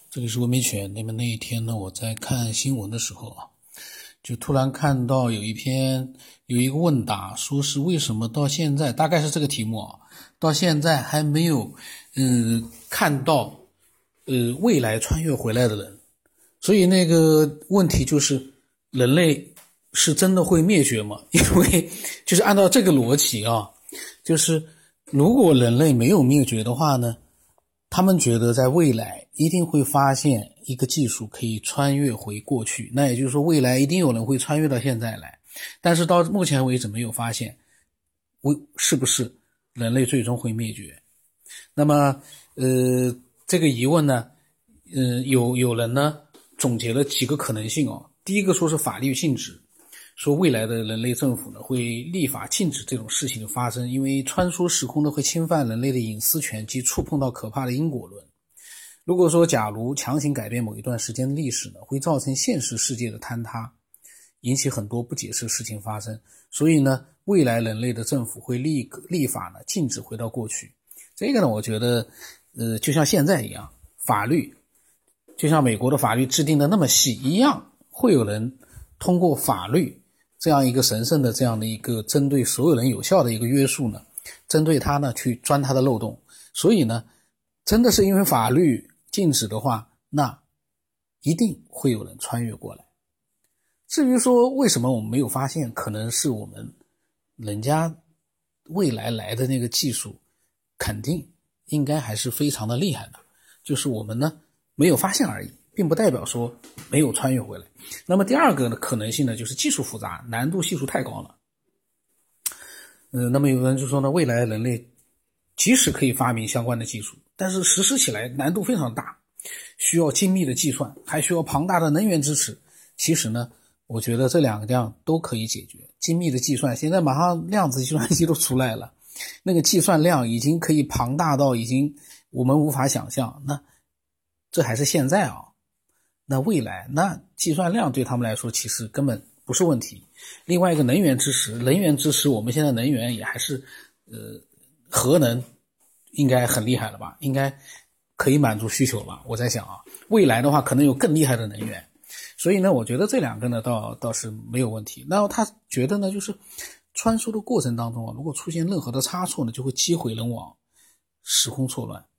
这里是文明犬。那么那一天呢，我在看新闻的时候就突然看到有一个问答，说是为什么到现在，大概是这个题目到现在还没有看到未来穿越回来的人。所以那个问题就是人类是真的会灭绝吗？因为就是按照这个逻辑就是如果人类没有灭绝的话呢，他们觉得在未来一定会发现一个技术可以穿越回过去，那也就是说未来一定有人会穿越到现在来，但是到目前为止没有发现是不是人类最终会灭绝。那么这个疑问呢有人呢总结了几个可能性第一个说是法律禁止，说未来的人类政府呢会立法禁止这种事情的发生，因为穿梭时空呢会侵犯人类的隐私权及触碰到可怕的因果论。如果说假如强行改变某一段时间的历史呢，会造成现实世界的坍塌，引起很多不解释的事情发生，所以呢未来人类的政府会立法呢禁止回到过去。这个呢我觉得就像现在一样，法律就像美国的法律制定的那么细一样，会有人通过法律这样一个神圣的这样的一个针对所有人有效的一个约束呢，针对他呢去钻他的漏洞。所以呢真的是因为法律禁止的话，那一定会有人穿越过来。至于说为什么我们没有发现，可能是我们人家未来来的那个技术肯定应该还是非常的厉害的，就是我们呢没有发现而已，并不代表说没有穿越回来。那么第二个可能性呢，就是技术复杂，难度系数太高了。那么有人就说呢，未来人类即使可以发明相关的技术，但是实施起来难度非常大，需要精密的计算，还需要庞大的能源支持。其实呢我觉得这两个样都可以解决。精密的计算，现在马上量子计算机都出来了，那个计算量已经可以庞大到已经我们无法想象。那这还是现在那未来那计算量对他们来说其实根本不是问题。另外一个能源支持，我们现在能源也还是核能应该很厉害了吧，应该可以满足需求吧。我在想未来的话可能有更厉害的能源。所以呢我觉得这两个呢倒是没有问题。然后他觉得呢就是穿梭的过程当中如果出现任何的差错呢，就会击毁人亡，时空错乱，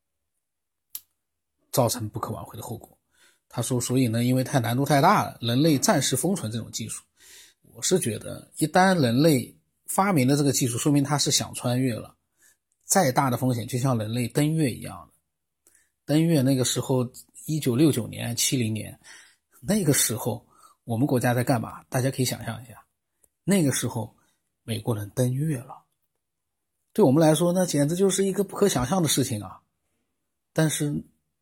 造成不可挽回的后果。他说所以呢因为难度太大了，人类暂时封存这种技术。我是觉得一旦人类发明了这个技术，说明他是想穿越了，再大的风险就像人类登月一样的。登月那个时候1969年70年，那个时候我们国家在干嘛？大家可以想象一下，那个时候美国人登月了，对我们来说那简直就是一个不可想象的事情但是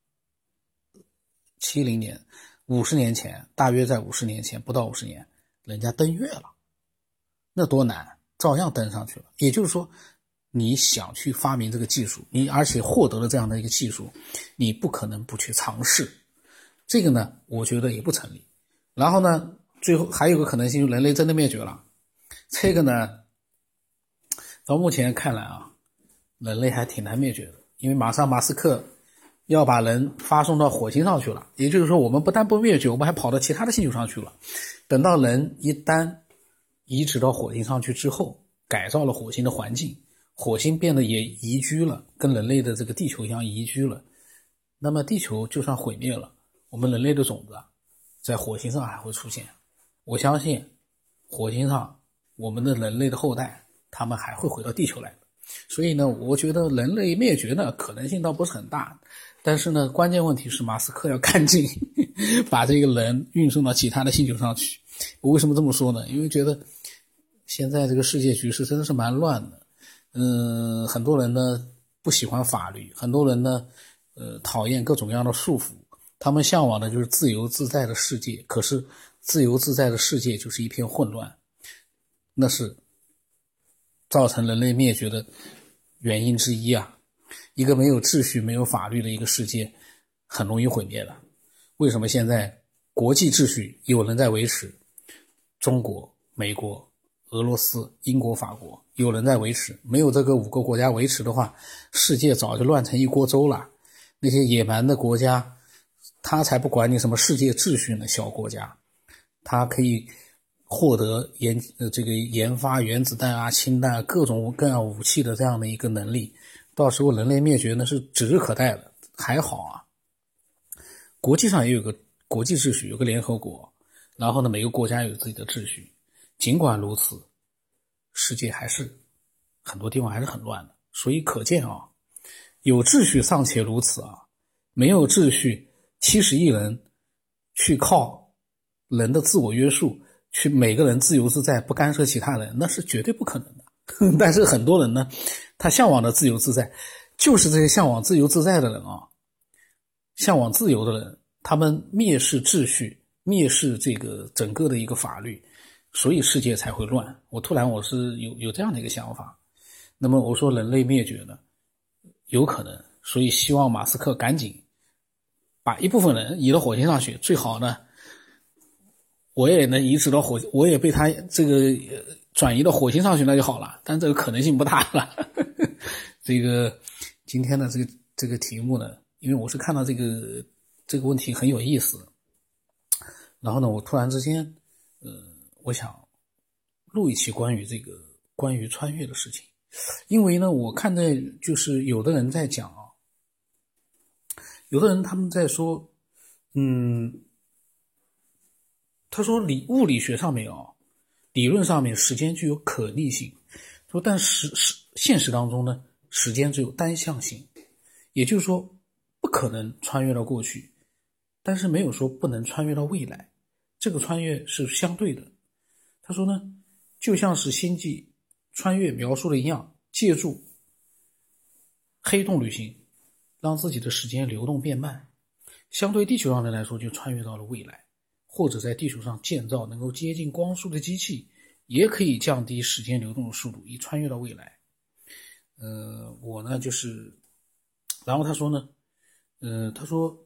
70年50年前，大约在50年前，不到50年，人家登月了，那多难，照样登上去了。也就是说你想去发明这个技术，你而且获得了这样的一个技术，你不可能不去尝试。这个呢我觉得也不成立。然后呢最后还有个可能性，就是人类真的灭绝了。这个呢到目前看来人类还挺难灭绝的，因为马上马斯克要把人发送到火星上去了，也就是说我们不但不灭绝，我们还跑到其他的星球上去了。等到人一旦移植到火星上去之后，改造了火星的环境，火星变得也宜居了，跟人类的这个地球一样宜居了，那么地球就算毁灭了，我们人类的种子在火星上还会出现。我相信火星上我们的人类的后代他们还会回到地球来的。所以呢我觉得人类灭绝呢可能性倒不是很大，但是呢关键问题是马斯克要赶紧把这个人运送到其他的星球上去。我为什么这么说呢？因为觉得现在这个世界局势真的是蛮乱的。很多人呢不喜欢法律，很多人呢讨厌各种各样的束缚，他们向往的就是自由自在的世界。可是自由自在的世界就是一片混乱，那是造成人类灭绝的原因之一一个没有秩序没有法律的一个世界很容易毁灭的。为什么现在国际秩序有人在维持？中国、美国、俄罗斯、英国、法国有人在维持，没有这个5个国家维持的话，世界早就乱成一锅粥了。那些野蛮的国家他才不管你什么世界秩序呢，小国家，他可以获得研发原子弹啊、氢弹各种各样武器的这样的一个能力，到时候人类灭绝呢是指日可待的。还好啊，国际上也有个国际秩序，有个联合国，然后呢每个国家有自己的秩序。尽管如此，世界还是很多地方还是很乱的，所以可见啊，有秩序尚且如此啊，没有秩序，70亿人去靠人的自我约束，去每个人自由自在，不干涉其他人，那是绝对不可能的。但是很多人呢，他向往的自由自在，就是这些向往自由自在的人啊，向往自由的人，他们蔑视秩序，蔑视这个整个的一个法律，所以世界才会乱。我是有这样的一个想法。那么我说人类灭绝呢，有可能，所以希望马斯克赶紧把一部分人移到火星上去，最好呢我也能移植到我也被他这个转移到火星上去那就好了，但这个可能性不大了。这个今天的这个题目呢，因为我是看到这个问题很有意思，然后呢我突然之间我想录一期关于穿越的事情。因为呢我看的就是有的人在讲啊，有的人他们在说他说物理学上面理论上面时间具有可逆性，说但现实当中呢，时间只有单向性，也就是说不可能穿越到过去，但是没有说不能穿越到未来，这个穿越是相对的。他说呢，就像是星际穿越描述的一样，借助黑洞旅行，让自己的时间流动变慢，相对地球上人来说就穿越到了未来，或者在地球上建造能够接近光速的机器，也可以降低时间流动的速度，以穿越到未来。我呢就是然后他说呢他说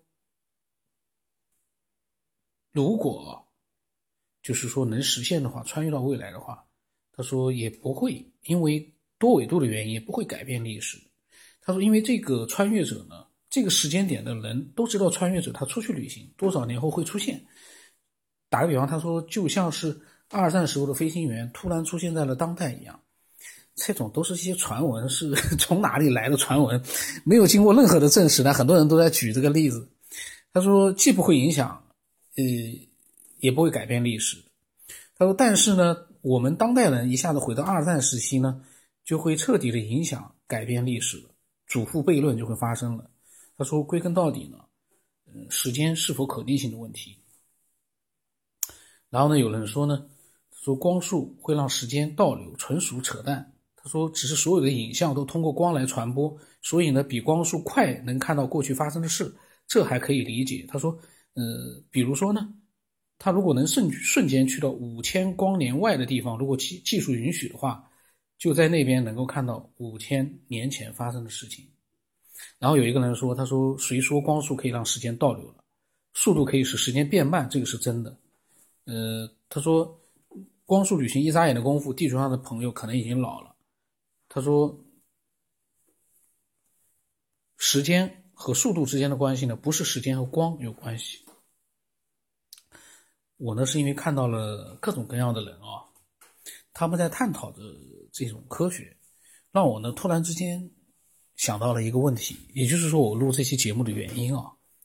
如果就是说能实现的话，穿越到未来的话，他说也不会因为多纬度的原因也不会改变历史。他说因为这个穿越者呢，这个时间点的人都知道穿越者他出去旅行多少年后会出现。打个比方，他说就像是二战时候的飞行员突然出现在了当代一样，这种都是一些传闻，是从哪里来的传闻，没有经过任何的证实，但很多人都在举这个例子。他说既不会影响也不会改变历史。他说但是呢，我们当代人一下子回到二战时期呢，就会彻底的影响改变历史了，主妇悖论就会发生了。他说归根到底呢，时间是否可逆性的问题。然后呢有人说呢，说光速会让时间倒流，纯属扯淡。他说只是所有的影像都通过光来传播，所以呢比光速快能看到过去发生的事，这还可以理解。他说比如说呢，他如果能瞬间去到5000光年外的地方，如果技术允许的话，就在那边能够看到5000年前发生的事情。然后有一个人说，他说谁说光速可以让时间倒流了，速度可以使时间变慢，这个是真的。他说光速旅行一眨眼的功夫，地球上的朋友可能已经老了。他说时间和速度之间的关系呢，不是时间和光有关系。我呢是因为看到了各种各样的人他们在探讨的这种科学，让我呢突然之间想到了一个问题，也就是说我录这期节目的原因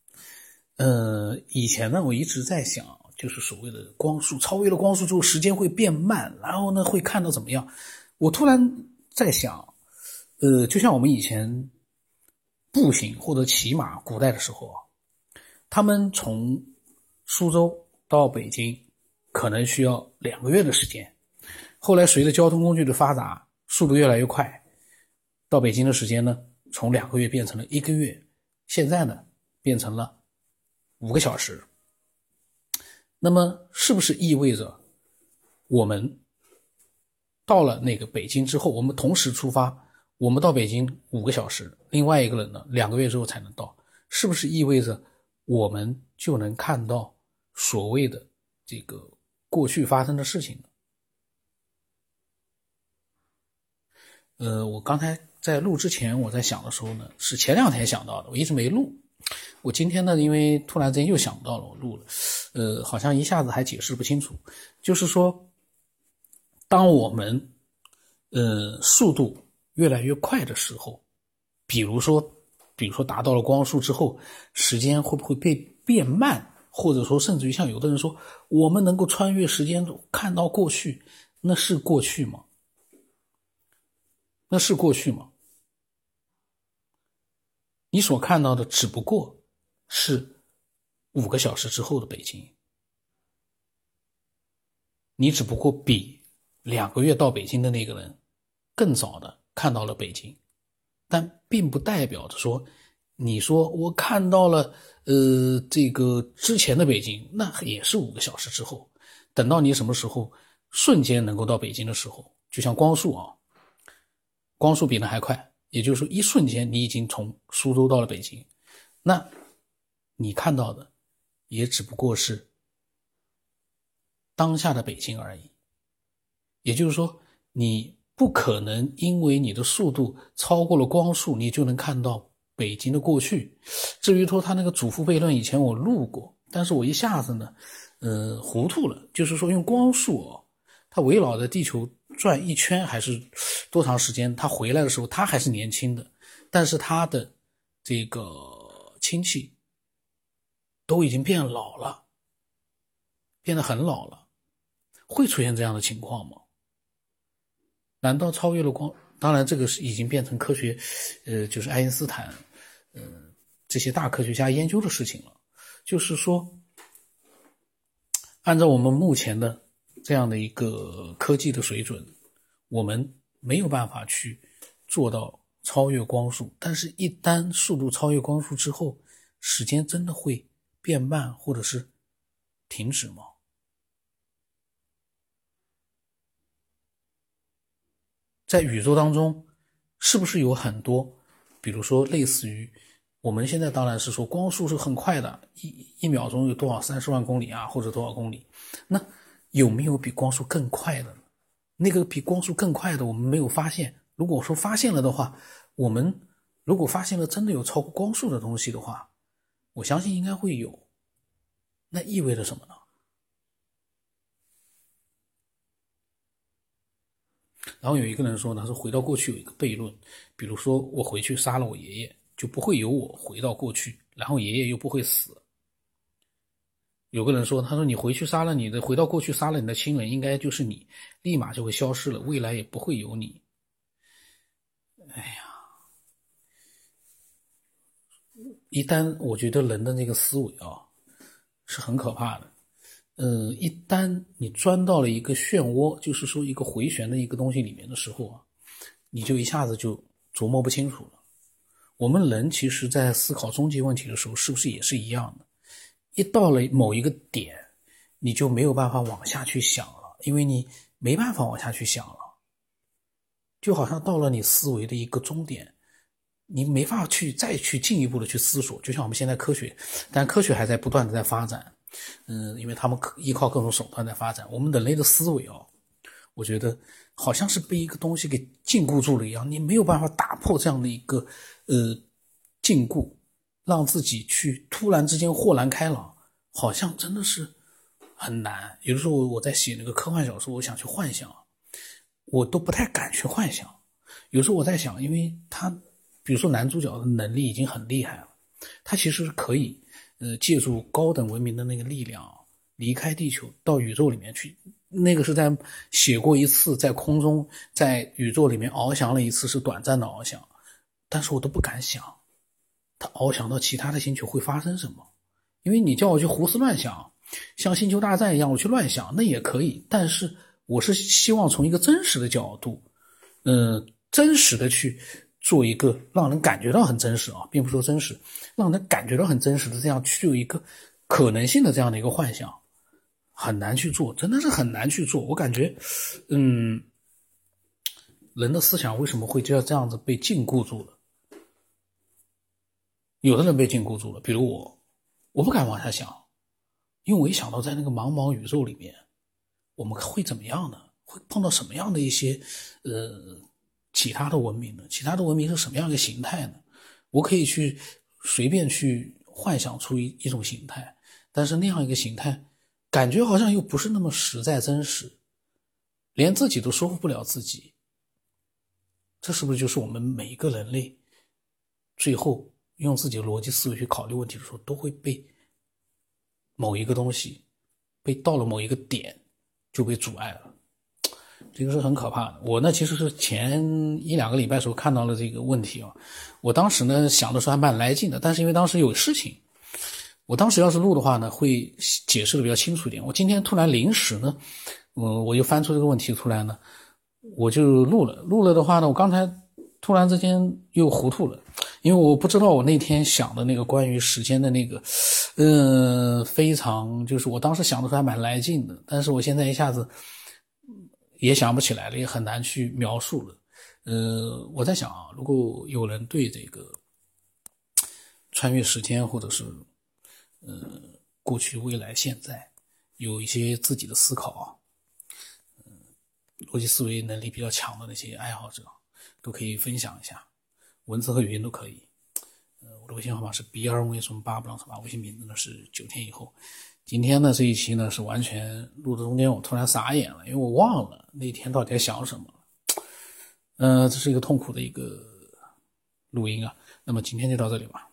以前呢我一直在想，就是所谓的光速，超越了光速之后时间会变慢，然后呢会看到怎么样。我突然在想就像我们以前步行或者骑马，古代的时候他们从苏州到北京可能需要2个月的时间，后来随着交通工具的发达，速度越来越快，到北京的时间呢从2个月变成了1个月，现在呢变成了5个小时。那么是不是意味着我们到了那个北京之后，我们同时出发，我们到北京5个小时，另外一个人呢2个月之后才能到，是不是意味着我们就能看到所谓的这个过去发生的事情呢？我刚才在录之前我在想的时候呢，是前2天想到的，我一直没录。 我今天呢，因为突然之间又想到了，我录了，好像一下子还解释不清楚。就是说，当我们速度越来越快的时候，比如说达到了光速之后，时间会不会变慢？或者说，甚至于像有的人说，我们能够穿越时间看到过去，那是过去吗？那是过去吗？你所看到的只不过是5个小时之后的北京，你只不过比2个月到北京的那个人更早的看到了北京，但并不代表着说，你说我看到了这个之前的北京，那也是5个小时之后。等到你什么时候瞬间能够到北京的时候，就像光速啊，光速比那还快，也就是说一瞬间你已经从苏州到了北京，那你看到的也只不过是当下的北京而已。也就是说，你不可能因为你的速度超过了光速，你就能看到北京的过去。至于说他那个祖父悖论，以前我录过，但是我一下子呢糊涂了。就是说用光速它围绕着地球转一圈还是多长时间，它回来的时候它还是年轻的，但是它的这个亲戚都已经变老了，变得很老了。会出现这样的情况吗？难道超越了光？当然这个是已经变成科学就是爱因斯坦这些大科学家研究的事情了。就是说按照我们目前的这样的一个科技的水准，我们没有办法去做到超越光速，但是一旦速度超越光速之后，时间真的会变慢或者是停止吗？在宇宙当中是不是有很多比如说类似于我们现在当然是说光速是很快的，一秒钟有多少30万公里啊，或者多少公里，那有没有比光速更快的呢？那个比光速更快的我们没有发现，如果说发现了的话，我们如果发现了真的有超过光速的东西的话，我相信应该会有。那意味着什么呢？然后有一个人说，他说回到过去有一个悖论，比如说我回去杀了我爷爷，就不会有我回到过去，然后爷爷又不会死。有个人说，他说你回到过去杀了你的亲人，应该就是你，立马就会消失了，未来也不会有你。哎呀，一旦我觉得人的那个思维是很可怕的。一旦你钻到了一个漩涡，就是说一个回旋的一个东西里面的时候你就一下子就琢磨不清楚了。我们人其实在思考终极问题的时候，是不是也是一样的？一到了某一个点，你就没有办法往下去想了，因为你没办法往下去想了，就好像到了你思维的一个终点，你没法再去进一步的去思索。就像我们现在科学，但科学还在不断的在发展，因为他们依靠各种手段在发展。我们人类的思维我觉得好像是被一个东西给禁锢住了一样，你没有办法打破这样的一个禁锢，让自己去突然之间豁然开朗，好像真的是很难。有的时候我在写那个科幻小说，我想去幻想，我都不太敢去幻想。有时候我在想，因为他比如说男主角的能力已经很厉害了，他其实是可以借助高等文明的那个力量离开地球到宇宙里面去。那个是在写过一次，在空中在宇宙里面翱翔了一次，是短暂的翱翔，但是我都不敢想他翱翔到其他的星球会发生什么。因为你叫我去胡思乱想，像星球大战一样我去乱想那也可以，但是我是希望从一个真实的角度真实的去做一个让人感觉到很真实并不说真实，让人感觉到很真实的这样去有一个可能性的这样的一个幻想，很难去做，真的是很难去做。我感觉人的思想为什么会这样子被禁锢住了？有的人被禁锢住了，比如我不敢往下想，因为我一想到在那个茫茫宇宙里面我们会怎么样呢？会碰到什么样的一些其他的文明呢？其他的文明是什么样的形态呢？我可以去随便去幻想出一种形态，但是那样一个形态感觉好像又不是那么实在真实，连自己都说服不了自己。这是不是就是我们每一个人类最后用自己的逻辑思维去考虑问题的时候，都会被某一个东西被到了某一个点就被阻碍了？这个是很可怕的。我呢其实是前1-2个礼拜的时候看到了这个问题啊，我当时呢想的时候还蛮来劲的，但是因为当时有事情，我当时要是录的话呢会解释的比较清楚一点。我今天突然临时呢我又翻出这个问题出来呢，我就录了的话呢，我刚才突然之间又糊涂了，因为我不知道我那天想的那个关于时间的那个非常就是我当时想的时候还蛮来劲的，但是我现在一下子也想不起来了，也很难去描述了。我在想啊，如果有人对这个穿越时间或者是过去未来现在有一些自己的思考啊，逻辑思维能力比较强的那些爱好者都可以分享一下，文字和语音都可以。我的微信号码是 B2V8，微信名字呢是9天以后。今天呢这一期呢是完全录的中间我突然傻眼了，因为我忘了那天到底在想什么了。这是一个痛苦的一个录音啊。那么今天就到这里吧。